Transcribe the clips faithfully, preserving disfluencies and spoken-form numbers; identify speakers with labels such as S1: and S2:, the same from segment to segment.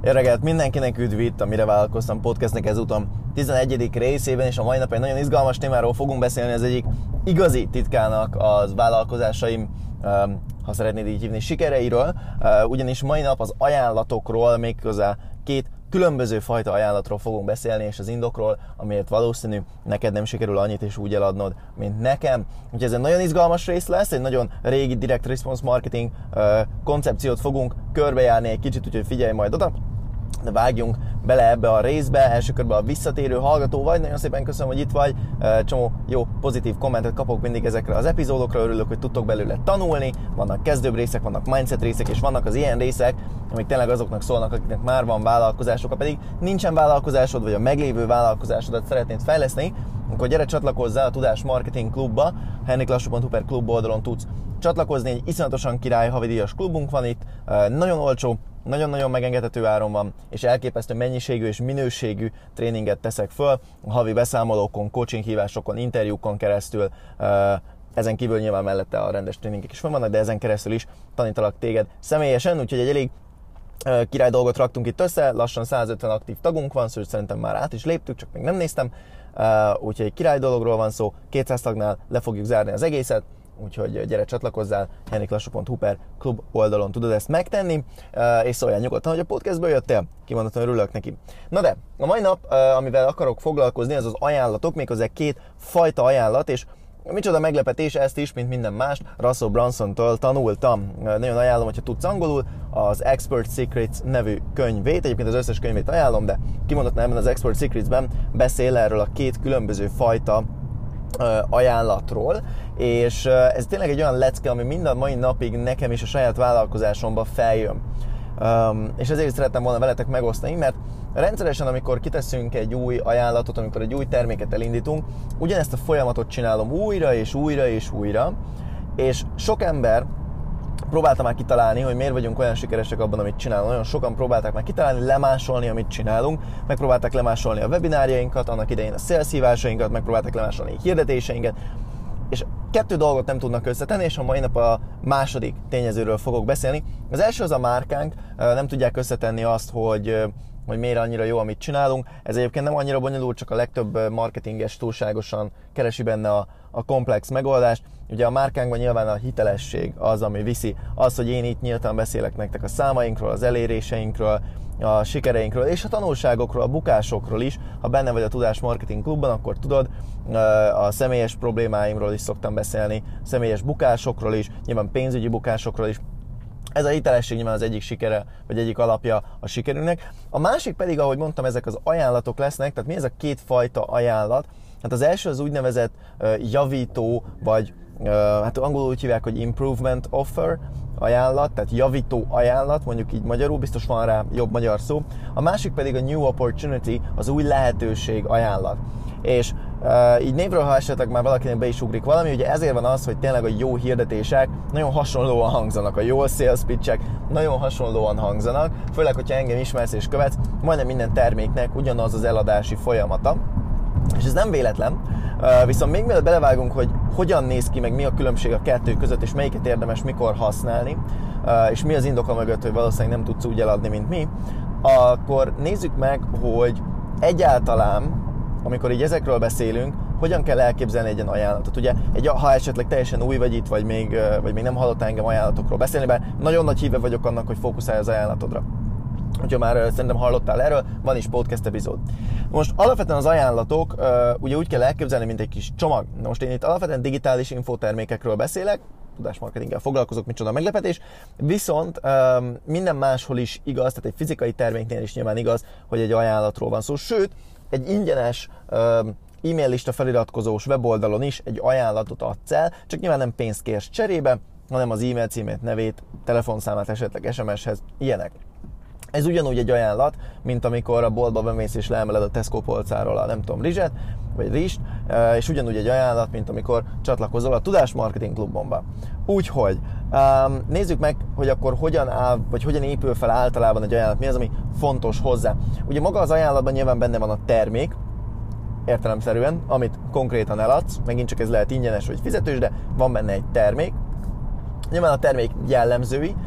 S1: Jó reggelt mindenkinek, üdv itt a Mire Vállalkoztam podcastnek ezúton tizenegyedik részében, és a mai nap egy nagyon izgalmas témáról fogunk beszélni, ez egyik igazi titkának az vállalkozásaim, ha szeretnéd így hívni, sikereiről, ugyanis mai nap az ajánlatokról, méghozzá két különböző fajta ajánlatról fogunk beszélni, és az indokról, amiért valószínű neked nem sikerül annyit és úgy eladnod, mint nekem. Úgyhogy ez egy nagyon izgalmas rész lesz, egy nagyon régi direct response marketing koncepciót fogunk körbejárni egy kicsit, úgyhogy figyelj majd oda. De vágjunk bele ebbe a részbe, első körben a visszatérő hallgató vagy, nagyon szépen köszönöm, hogy itt vagy, csomó jó, pozitív kommentet kapok mindig ezekre az epizódokra, örülök, hogy tudtok belőle tanulni, vannak kezdőbb részek, vannak mindset részek, és vannak az ilyen részek, amik tényleg azoknak szólnak, akiknek már van vállalkozások, ha pedig nincsen vállalkozásod, vagy a meglévő vállalkozásodat szeretnéd fejleszteni, akkor gyere csatlakozzál a Tudás Marketing Klubba, henrik lassú pont hu per klub oldalon tudsz csatlakozni, egy iszonyatosan király havidíjas klubunk van itt, nagyon olcsó, nagyon-nagyon megengedhető áron van, és elképesztő mennyiségű és minőségű tréninget teszek föl, a havi beszámolókon, coaching hívásokon, interjúkon keresztül, ezen kívül nyilván mellette a rendes tréningek is fönn vannak, de ezen keresztül is tanítalak téged személyesen, úgyhogy egy elég király dolgot raktunk itt össze, lassan százötven aktív tagunk van, szóval szerintem már át is léptük, csak még nem néztem, úgyhogy egy király dologról van szó, kétszáz tagnál le fogjuk zárni az egészet, úgyhogy gyere csatlakozzál, henrik lassú pont hu per klub oldalon tudod ezt megtenni, és szóljál nyugodtan, hogy a podcastből jöttél, kimondottan örülök neki. Na de, a mai nap, amivel akarok foglalkozni, az az ajánlatok, méghozzá két fajta ajánlat, és micsoda meglepetés, ezt is, mint minden mást, Russell Brunson-től tanultam. Nagyon ajánlom, hogyha tudsz angolul, az Expert Secrets nevű könyvét, egyébként az összes könyvét ajánlom, de kimondottan ebben az Expert Secrets-ben beszél erről a két különböző fajta ajánlatról, és ez tényleg egy olyan lecke, ami minden mai napig nekem is a saját vállalkozásomban feljön. Um, és ezért szerettem volna veletek megosztani, mert rendszeresen, amikor kiteszünk egy új ajánlatot, amikor egy új terméket elindítunk, ugyanezt a folyamatot csinálom újra és újra és újra, és sok ember próbálta már kitalálni, hogy miért vagyunk olyan sikeresek abban, amit csinálunk. Nagyon sokan próbálták már kitalálni, lemásolni, amit csinálunk. Megpróbálták lemásolni a webinárjainkat, annak idején a sales hívásainkat, megpróbálták lemásolni a hirdetéseinket, és kettő dolgot nem tudnak összetenni, és a mai nap a második tényezőről fogok beszélni. Az első az a márkánk, nem tudják összetenni azt, hogy hogy miért annyira jó, amit csinálunk. Ez egyébként nem annyira bonyolult, csak a legtöbb marketinges túlságosan keresi benne a, a komplex megoldást. Ugye a márkánkban nyilván a hitelesség az, ami viszi. Az, hogy én itt nyíltan beszélek nektek a számainkról, az eléréseinkről, a sikereinkről és a tanulságokról, a bukásokról is. Ha benne vagy a Tudás Marketing Klubban, akkor tudod, a személyes problémáimról is szoktam beszélni, személyes bukásokról is, nyilván pénzügyi bukásokról is. Ez a hitelesség nyilván az egyik sikere, vagy egyik alapja a sikerünknek. A másik pedig, ahogy mondtam, ezek az ajánlatok lesznek, tehát mi ez a két fajta ajánlat? Hát az első az úgynevezett uh, javító, vagy uh, hát angolul úgy hívják, hogy improvement offer ajánlat, tehát javító ajánlat, mondjuk így magyarul, biztos van rá jobb magyar szó. A másik pedig a new opportunity, az új lehetőség ajánlat. És uh, így névről, ha esetleg már valakinek be is ugrik valami, ugye ezért van az, hogy tényleg a jó hirdetések nagyon hasonlóan hangzanak, a jó sales pitchek nagyon hasonlóan hangzanak, főleg, hogyha engem ismersz és követsz, majdnem minden terméknek ugyanaz az eladási folyamata, és ez nem véletlen, uh, viszont még mielőtt belevágunk, hogy hogyan néz ki, meg mi a különbség a kettő között, és melyiket érdemes mikor használni, uh, és mi az indoka mögött, hogy valószínűleg nem tudsz úgy eladni, mint mi, akkor nézzük meg, hogy egyáltalán amikor így ezekről beszélünk, hogyan kell elképzelni egy ilyen ajánlatot. Ugye, egy, ha esetleg teljesen új vagy itt, vagy még, vagy még nem hallottál engem ajánlatokról beszélni, bár nagyon nagy híve vagyok annak, hogy fókuszálj az ajánlatodra. Úgyhogy már szerintem hallottál erről, van is podcast epizód. Most alapvetően az ajánlatok ugye úgy kell elképzelni, mint egy kis csomag. Most én itt alapvetően digitális infotermékekről beszélek, tudásmarketinggel foglalkozok, micsoda meglepetés, viszont minden máshol is igaz, tehát egy fizikai terméknél is nyilván igaz, hogy egy ajánlatról van szó, sőt, egy ingyenes e-mail lista feliratkozós weboldalon is egy ajánlatot adsz el, csak nyilván nem pénzt kérsz cserébe, hanem az e-mail címét, nevét, telefonszámát, esetleg es em es-hez, ilyenek. Ez ugyanúgy egy ajánlat, mint amikor a boltba bemész és leemeled a Tesco polcáról a nem tudom, rizset, vagy rist, és ugyanúgy egy ajánlat, mint amikor csatlakozol a Tudás Marketing Klubomba. Úgyhogy nézzük meg, hogy akkor hogyan áll, vagy hogyan épül fel általában egy ajánlat, mi az, ami fontos hozzá. Ugye maga az ajánlatban nyilván benne van a termék, értelemszerűen, amit konkrétan eladsz, megint csak ez lehet ingyenes vagy fizetős, de van benne egy termék. Nyilván a termék jellemzői,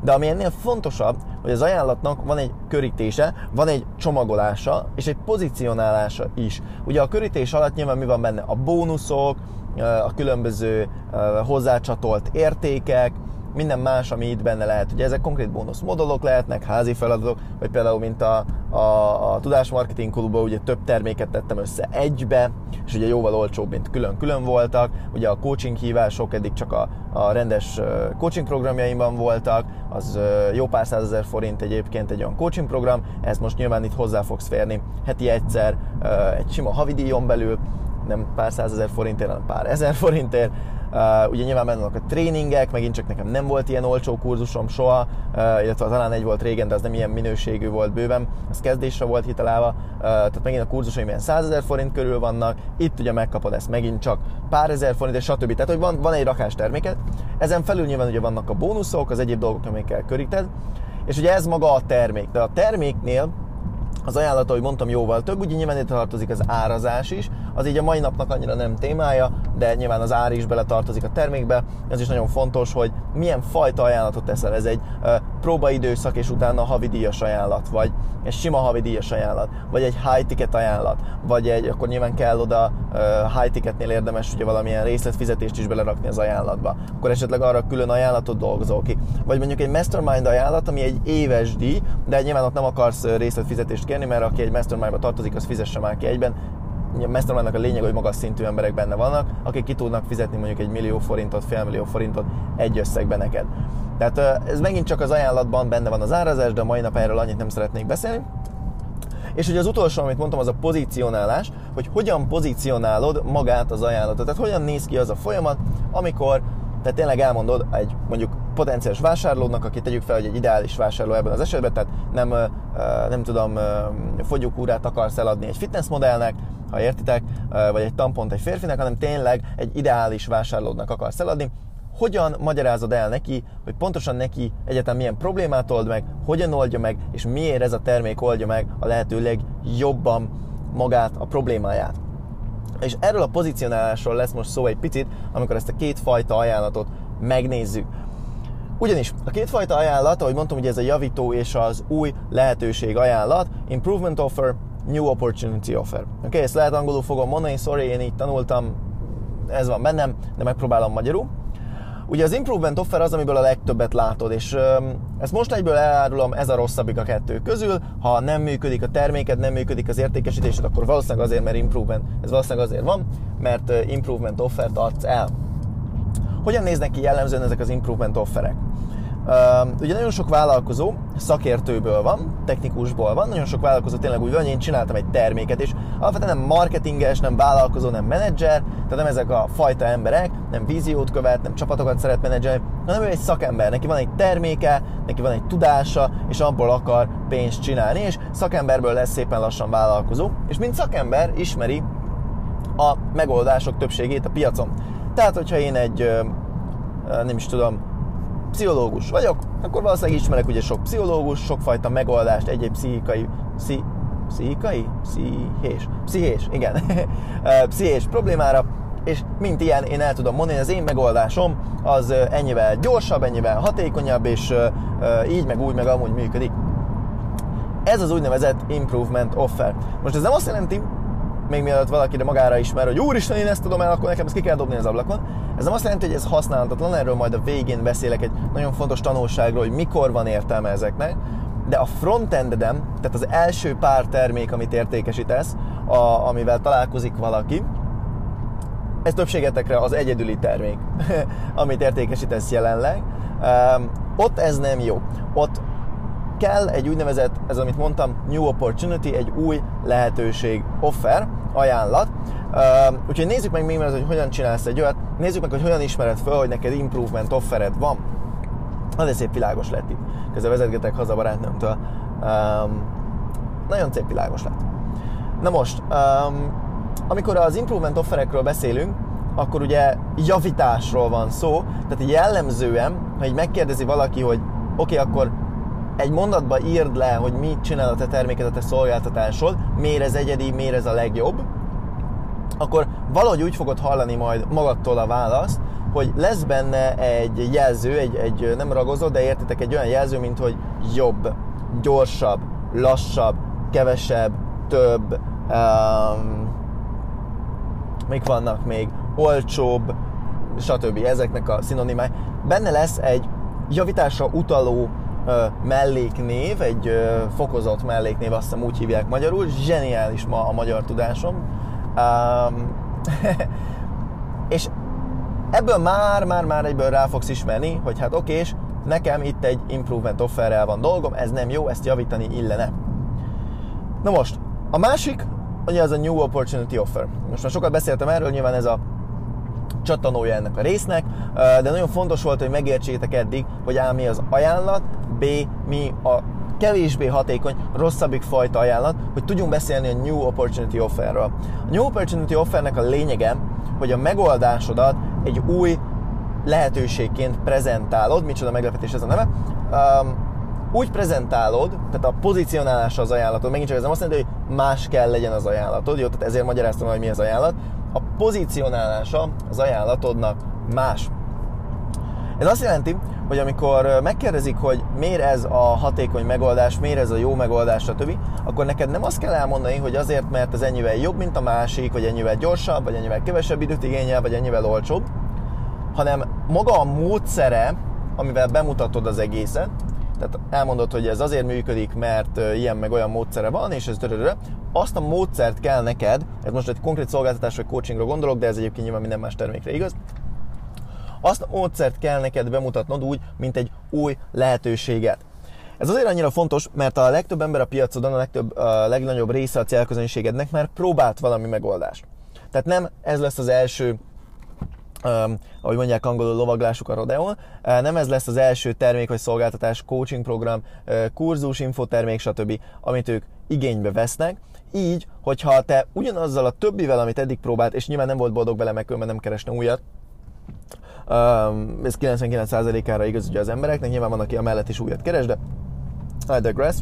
S1: De ami ennél fontosabb, hogy az ajánlatnak van egy körítése, van egy csomagolása és egy pozicionálása is. Ugye a körítés alatt nyilván mi van benne? A bónuszok, a különböző hozzácsatolt értékek, minden más, ami itt benne lehet. Ugye ezek konkrét bónuszmodulok lehetnek, házi feladatok, vagy például mint a, a, a Tudásmarketing Klubban ugye több terméket tettem össze egybe, és ugye jóval olcsóbb, mint külön-külön voltak. Ugye a coaching hívások eddig csak a, a rendes coaching programjaimban voltak, az jó pár százezer forint egyébként egy olyan coaching program, ez most nyilván itt hozzá fogsz férni heti egyszer, egy sima havidíjon belül, nem pár százezer forintért, hanem pár ezer forintért. Uh, ugye nyilván benne vannak a tréningek, megint csak nekem nem volt ilyen olcsó kurzusom soha, uh, illetve talán egy volt régen, de az nem ilyen minőségű volt bőven, az kezdésre volt hitalálva, uh, tehát megint a kurzusaim ilyen százezer forint körül vannak, itt ugye megkapod ezt megint csak pár ezer forint, és stb. Tehát, hogy van, van egy rakás terméket, ezen felül nyilván ugye vannak a bónuszok, az egyéb dolgok, amikkel köríted, és ugye ez maga a termék, de a terméknél az ajánlat, ahogy mondtam, jóval több, ugye nyilván itt tartozik az árazás is, az így a mai napnak annyira nem témája, de nyilván az ár is bele tartozik a termékbe. Ez is nagyon fontos, hogy milyen fajta ajánlatot teszel. Ez egy uh, próbaidőszak és utána havidíjas ajánlat, vagy egy sima havidíjas ajánlat, vagy egy high ticket ajánlat, vagy egy, akkor nyilván kell oda uh, high ticketnél érdemes ugye valamilyen részletfizetést is belerakni az ajánlatba. Akkor esetleg arra külön ajánlatot dolgozol ki. Vagy mondjuk egy mastermind ajánlat, ami egy éves díj, de nyilván ott nem akarsz részletfizetést kérni, mert aki egy mastermindba tartozik, az fizesse már ki egyben. A mastermindnak a lényeg, hogy magas szintű emberek benne vannak, akik ki tudnak fizetni mondjuk egy millió forintot, félmillió forintot egy összegben neked. Tehát ez megint csak az ajánlatban benne van az árazás, de a mai nap erről annyit nem szeretnék beszélni. És ugye az utolsó, amit mondtam, az a pozicionálás, hogy hogyan pozicionálod magát az ajánlatot. Tehát hogyan néz ki az a folyamat, amikor tehát tényleg elmondod egy mondjuk potenciális vásárlódnak, aki tegyük fel, hogy egy ideális vásárló ebben az esetben, tehát nem, nem tudom, fogyókúrát akarsz eladni egy fitnessmodellnek, ha értitek, vagy egy tampont egy férfinek, hanem tényleg egy ideális vásárlódnak akarsz eladni. Hogyan magyarázod el neki, hogy pontosan neki egyetem milyen problémát old meg, hogyan oldja meg, és miért ez a termék oldja meg a lehető legjobban magát, a problémáját. És erről a pozicionálásról lesz most szó egy picit, amikor ezt a két fajta ajánlatot megnézzük. Ugyanis a kétfajta ajánlat, ahogy mondtam, ugye ez a javító és az új lehetőség ajánlat, improvement offer, new opportunity offer. Oké, okay, ezt lehet angolul fogom mondani, sorry, én így tanultam, ez van bennem, de megpróbálom magyarul. Ugye az improvement offer az, amiből a legtöbbet látod, és öm, ezt most egyből elárulom, ez a rosszabbik a kettő közül. Ha nem működik a terméked, nem működik az értékesítésed, akkor valószínűleg azért, mert improvement, ez valószínűleg azért van, mert improvement offert adsz el. Hogyan néznek ki jellemzően ezek az improvement offerek? Uh, ugye nagyon sok vállalkozó szakértőből van, technikusból van, nagyon sok vállalkozó tényleg úgy van, hogy én csináltam egy terméket, és alapvetően nem marketinges, nem vállalkozó, nem menedzser, tehát nem ezek a fajta emberek, nem víziót követ, nem csapatokat szeret menedzselni, hanem ő egy szakember, neki van egy terméke, neki van egy tudása, és abból akar pénzt csinálni, és szakemberből lesz szépen lassan vállalkozó, és mint szakember ismeri a megoldások többségét a piacon. Tehát, hogyha én egy, nem is tudom, pszichológus vagyok, akkor valószínűleg ismerek ugye sok pszichológus, sokfajta megoldást, egy-egy pszichikai, pszi, pszichikai? Pszichés, pszichés, igen, pszichés problémára, és mint ilyen én el tudom mondani, az én megoldásom az ennyivel gyorsabb, ennyivel hatékonyabb, és így meg úgy meg amúgy működik. Ez az úgynevezett improvement offer. Most ez nem azt jelenti, még mielőtt valaki magára ismer, hogy úristen, én ezt tudom el, akkor nekem ezt ki kell dobni az ablakon. Ez nem azt jelenti, hogy ez használhatatlan, erről majd a végén beszélek egy nagyon fontos tanulságról, hogy mikor van értelme ezeknek, de a frontendedem, tehát az első pár termék, amit értékesítesz, a, amivel találkozik valaki, ez többségetekre az egyedüli termék, amit értékesítesz jelenleg, um, ott ez nem jó. Ott kell egy úgynevezett, ez amit mondtam, new opportunity, egy új lehetőség, offer, ajánlat. Uh, úgyhogy nézzük meg még, hogy hogyan csinálsz egy olyat, nézzük meg, hogy hogyan ismered fel, hogy neked improvement offered van. Az egy szép világos lett itt. Közben vezetgetek haza barátnőmtől. Um, nagyon szép világos lett. Na most, um, amikor az improvement offerekről beszélünk, akkor ugye javításról van szó, tehát jellemzően, ha így megkérdezi valaki, hogy oké, okay, akkor egy mondatba írd le, hogy mit csinál a te terméked, a te szolgáltatásod, miért ez egyedi, miért ez a legjobb, akkor valahogy úgy fogod hallani majd magadtól a választ, hogy lesz benne egy jelző, egy, egy nem ragozó, de értitek, egy olyan jelző, mint hogy jobb, gyorsabb, lassabb, kevesebb, több, um, mik vannak még, olcsóbb, stb. Ezeknek a szinonimái. Benne lesz egy javításra utaló uh, melléknév, egy uh, fokozott melléknév, azt hiszem úgy hívják magyarul. Zseniális ma a magyar tudásom. Um, és ebből már-már-már egyből rá fogsz ismerni, hogy hát okés, nekem itt egy improvement offerrel van dolgom, ez nem jó, ezt javítani illene. Na most, a másik, ugye az a New Opportunity Offer. Most már sokat beszéltem erről, nyilván ez a csattanója ennek a résznek, de nagyon fontos volt, hogy megértsétek eddig, hogy A. mi az ajánlat, B. mi a kevésbé hatékony, rosszabbik fajta ajánlat, hogy tudjunk beszélni a New Opportunity Offerről. A New Opportunity Offernek a lényege, hogy a megoldásodat egy új lehetőségként prezentálod, micsoda meglepetés ez a neve, um, úgy prezentálod, tehát a pozicionálása az ajánlatod, megint csak ez nem azt jelenti, hogy más kell legyen az ajánlatod, jó, tehát ezért magyaráztam, hogy mi az ajánlat, a pozicionálása az ajánlatodnak más. Ez azt jelenti, hogy amikor megkérdezik, hogy miért ez a hatékony megoldás, miért ez a jó megoldás, stb., akkor neked nem azt kell elmondani, hogy azért, mert ez ennyivel jobb, mint a másik, vagy ennyivel gyorsabb, vagy ennyivel kevesebb időt igényel, vagy ennyivel olcsóbb, hanem maga a módszere, amivel bemutatod az egészet, tehát elmondod, hogy ez azért működik, mert ilyen meg olyan módszere van, és ez törörö, azt a módszert kell neked, ez most egy konkrét szolgáltatás vagy coachingra gondolok, de ez egyébként nyilván minden más termékre igaz, azt a módszert kell neked bemutatnod úgy, mint egy új lehetőséget. Ez azért annyira fontos, mert a legtöbb ember a piacodon, a legtöbb, a legnagyobb része a célközönségednek már próbált valami megoldást. Tehát nem ez lesz az első, Um, ahogy mondják angolul, lovaglásuk a rodeón. Uh, nem ez lesz az első termék vagy szolgáltatás, coaching program, uh, kurzus, infotermék, stb., amit ők igénybe vesznek. Így, hogyha te ugyanazzal a többivel, amit eddig próbált, és nyilván nem volt boldog vele, meg különben nem keresne újat, um, ez kilencvenkilenc százalékára igaz ugye az embereknek, nyilván van, aki amellett is újat keres, de I digress.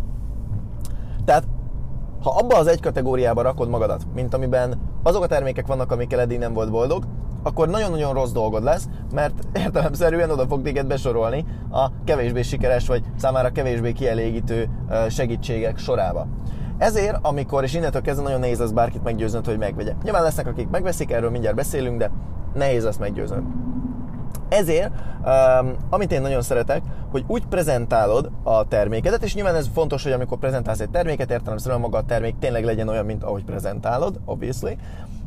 S1: Tehát, ha abba az egy kategóriába rakod magadat, mint amiben azok a termékek vannak, amikkel eddig nem volt boldog, akkor nagyon-nagyon rossz dolgod lesz, mert értelemszerűen oda fog téged besorolni a kevésbé sikeres, vagy számára kevésbé kielégítő segítségek sorába. Ezért, amikor, és innentől kezdve nagyon nehéz lesz bárkit meggyőznöd, hogy megvegye. Nyilván lesznek, akik megveszik, erről mindjárt beszélünk, de nehéz lesz meggyőznöd. Ezért, um, amit én nagyon szeretek, hogy úgy prezentálod a termékedet, és nyilván ez fontos, hogy amikor prezentálsz egy terméket, értelemszerűen maga a termék tényleg legyen olyan, mint ahogy prezentálod, obviously,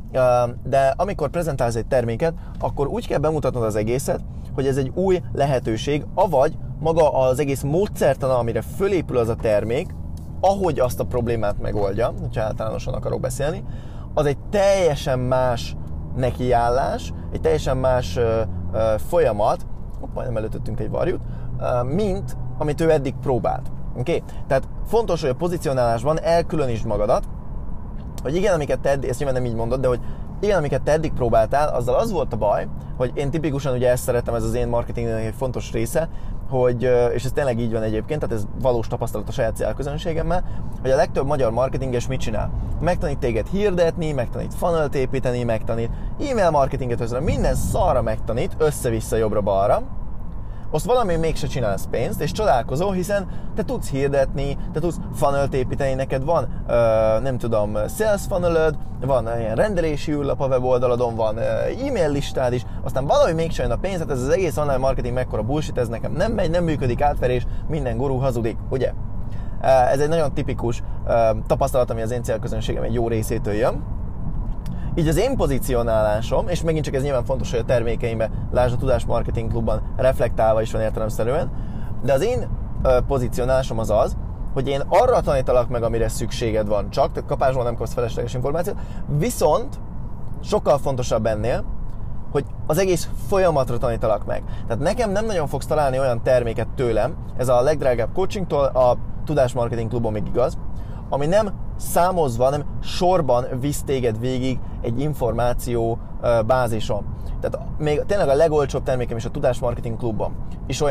S1: de amikor prezentálsz egy terméket, akkor úgy kell bemutatnod az egészet, hogy ez egy új lehetőség, avagy maga az egész módszertana, amire fölépül az a termék, ahogy azt a problémát megoldja, hogyha általánosan akarok beszélni, az egy teljesen más nekiállás, egy teljesen más ö, ö, folyamat, hopp, majdnem előtöttünk egy varjút, ö, mint amit ő eddig próbált. Okay? Tehát fontos, hogy a pozicionálásban elkülönítsd magadat, hogy igen, amiket te eddig, ezt nyilván nem így mondod, de hogy igen, amiket te eddig próbáltál, azzal az volt a baj, hogy én tipikusan ugye ezt szeretem, ez az én marketingnek egy fontos része, hogy, és ez tényleg így van egyébként, tehát ez valós tapasztalat a saját célközönségemmel, hogy a legtöbb magyar marketinges mit csinál? Megtanít téged hirdetni, megtanít funnelt építeni, megtanít e-mail marketinget össze, minden szarra megtanít, össze-vissza jobbra-balra, azt valami mégse csinálsz pénzt, és csodálkozol, hiszen te tudsz hirdetni, te tudsz funnelt építeni, neked van, uh, nem tudom, sales funnelöd, van ilyen rendelési űrlap a weboldalodon, van uh, e-mail listád is, aztán valahogy mégse jön a pénz, hát ez az egész online marketing mekkora bullshit, ez nekem nem megy, nem működik, átverés, minden gurú hazudik, ugye? Uh, ez egy nagyon tipikus uh, tapasztalat, ami az én célközönségem egy jó részétől jön. Így az én pozicionálásom, és megint csak ez nyilván fontos, hogy a termékeimbe, lásd a Tudás Marketing Klubban reflektálva is van értelemszerűen, de az én ö, pozicionálásom az az, hogy én arra tanítalak meg, amire szükséged van csak, tehát kapásból nem kapsz felesleges információt, viszont sokkal fontosabb ennél, hogy az egész folyamatra tanítalak meg. Tehát nekem nem nagyon fogsz találni olyan terméket tőlem, ez a legdrágább coachingtól, a Tudás Marketing Klubon még igaz, ami nem számozva, nem sorban visz téged végig egy információ bázison. Tehát még tényleg a legolcsóbb termékem is a Tudás Marketing Klubban is olyan,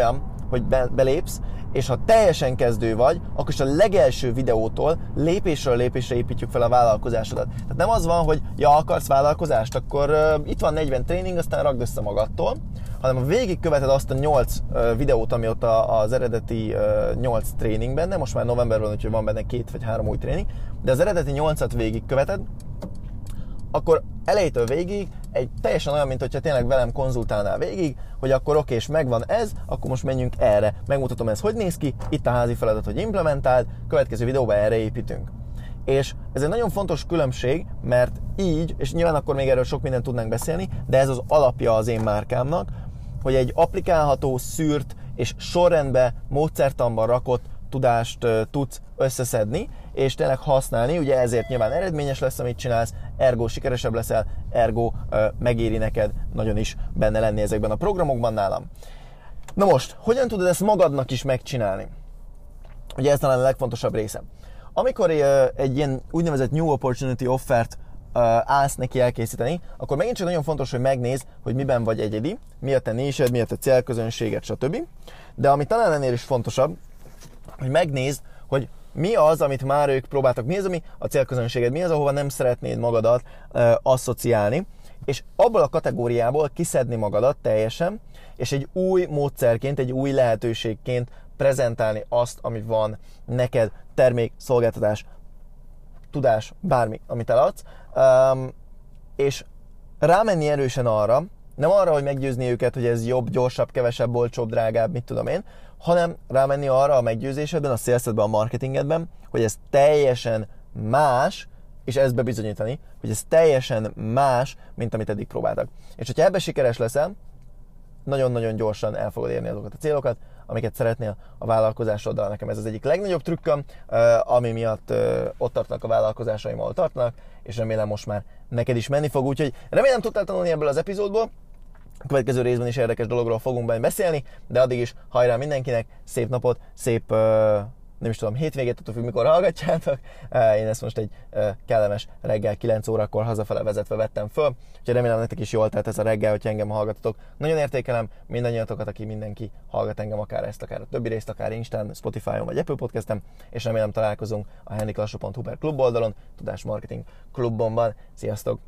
S1: hogy be, belépsz, és ha teljesen kezdő vagy, akkor is a legelső videótól lépésről lépésre építjük fel a vállalkozásodat. Tehát nem az van, hogy ja, akarsz vállalkozást, akkor uh, itt van negyven tréning, aztán rakd össze magadtól, hanem ha végigköveted azt a nyolc uh, videót, ami ott a, az eredeti uh, nyolc tréning benne, most már novemberben, úgyhogy van benne két vagy három új tréning, de az eredeti nyolcat végigköveted, akkor elejétől végig egy teljesen olyan, mint hogyha tényleg velem konzultálnál végig, hogy akkor oké, és megvan ez, akkor most menjünk erre. Megmutatom, ez hogy néz ki, itt a házi feladat, hogy implementáld, következő videóban erre építünk. És ez egy nagyon fontos különbség, mert így, és nyilván akkor még erről sok mindent tudnánk beszélni, de ez az alapja az én márkámnak, hogy egy applikálható, szűrt és sorrendbe, módszertanban rakott tudást uh, tudsz összeszedni, és tényleg használni, ugye ezért nyilván eredményes lesz, amit csinálsz, ergo sikeresebb leszel, ergo uh, megéri neked nagyon is benne lenni ezekben a programokban nálam. Na most, hogyan tudod ezt magadnak is megcsinálni? Ugye ez talán a legfontosabb része. Amikor uh, egy ilyen úgynevezett New Opportunity offert uh, állsz neki elkészíteni, akkor megint csak nagyon fontos, hogy megnézd, hogy miben vagy egyedi, mi a te nésed, mi a te célközönséged, stb. De ami talán ennél is fontosabb, hogy megnézd, hogy mi az, amit már ők próbáltak, mi az, ami a célközönséged, mi az, ahova nem szeretnéd magadat uh, asszociálni, és abból a kategóriából kiszedni magadat teljesen, és egy új módszerként, egy új lehetőségként prezentálni azt, ami van neked, termék, szolgáltatás, tudás, bármi, amit eladsz, um, és rámenni erősen arra, nem arra, hogy meggyőzni őket, hogy ez jobb, gyorsabb, kevesebb, olcsóbb, drágább, mit tudom én, hanem rámenni arra a meggyőzésedben, a saleszedben, a marketingedben, hogy ez teljesen más, és ezt bebizonyítani, hogy ez teljesen más, mint amit eddig próbáltak. És hogyha ebben sikeres leszel, nagyon-nagyon gyorsan el fogod érni azokat a célokat, amiket szeretnél a vállalkozásoddal. Nekem ez az egyik legnagyobb trükköm, ami miatt ott tartanak a vállalkozásaim, ahol tartanak, és remélem most már neked is menni fog. Úgyhogy remélem tudtál tanulni ebből az epizódból. A következő részben is érdekes dologról fogunk benne beszélni, de addig is hajrá mindenkinek, szép napot, szép, nem is tudom, hétvégét, attól függ, mikor hallgatjátok. Én ezt most egy kellemes reggel kilenc órakor hazafele vezetve vettem föl, úgyhogy remélem nektek is jól telt ez a reggel, hogyha engem hallgatatok. Nagyon értékelem mindannyiatokat, aki mindenki hallgat engem, akár ezt, akár a többi részt, akár Instán, Spotify-on vagy Apple Podcast-en, és remélem találkozunk a henrik lassó pont hu per klub oldalon, Tudás Marketing Klubomban. Sziasztok!